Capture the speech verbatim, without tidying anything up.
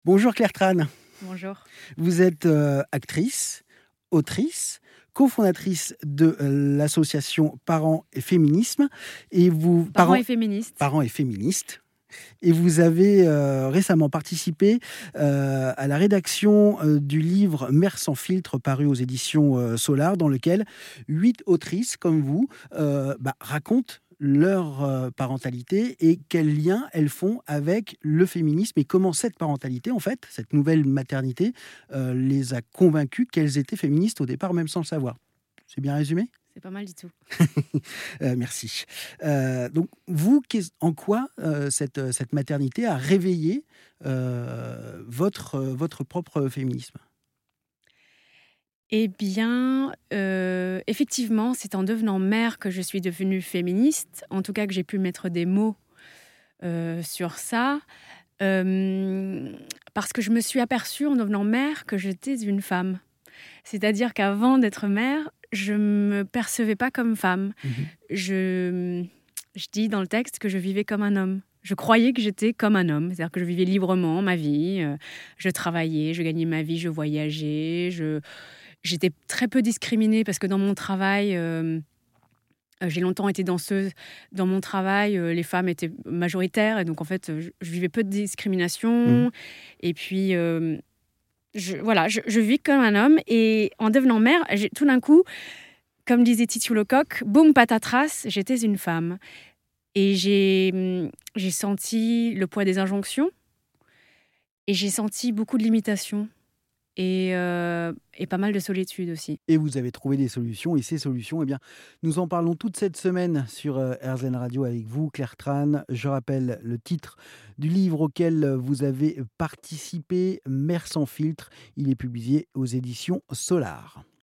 Bonjour Claire Tran. Bonjour. Vous êtes euh, actrice, autrice, cofondatrice de euh, l'association Parents et Féminisme. Et vous, Parents parents, et féministes. parents et féministes. Et vous avez euh, récemment participé euh, à la rédaction euh, du livre Mères sans filtre paru aux éditions euh, Solar, dans lequel huit autrices comme vous euh, bah, racontent leur euh, parentalité et quels liens elles font avec le féminisme et comment cette parentalité, en fait, cette nouvelle maternité, euh, les a convaincues qu'elles étaient féministes au départ, même sans le savoir. C'est bien résumé ? C'est pas mal du tout. Euh, merci. Euh, donc, vous, qu'est- en quoi euh, cette, cette maternité a réveillé euh, votre, votre propre féminisme ? Eh bien, euh, effectivement, c'est en devenant mère que je suis devenue féministe, en tout cas que j'ai pu mettre des mots euh, sur ça, euh, parce que je me suis aperçue en devenant mère que j'étais une femme. C'est-à-dire qu'avant d'être mère, je me percevais pas comme femme. Mhm. Je, je dis dans le texte que je vivais comme un homme. Je croyais que j'étais comme un homme, c'est-à-dire que je vivais librement ma vie, euh, je travaillais, je gagnais ma vie, je voyageais, je, j'étais très peu discriminée parce que dans mon travail, euh, euh, j'ai longtemps été danseuse. Dans mon travail, euh, les femmes étaient majoritaires et donc en fait, je, je vivais peu de Mhm. discrimination. Et puis, euh, je, voilà, je, je vis comme un homme et en devenant mère, j'ai, tout d'un coup, comme disait Titu Lecoq, boum patatras, j'étais une femme. Et j'ai, hum, j'ai senti le poids des injonctions et j'ai senti beaucoup de limitations et, euh, et pas mal de solitude aussi. Et vous avez trouvé des solutions. Et ces solutions, eh bien, nous en parlons toute cette semaine sur euh, R Z N Radio avec vous, Claire Tran. Je rappelle le titre du livre auquel vous avez participé, Mères sans filtre. Il est publié aux éditions Solar.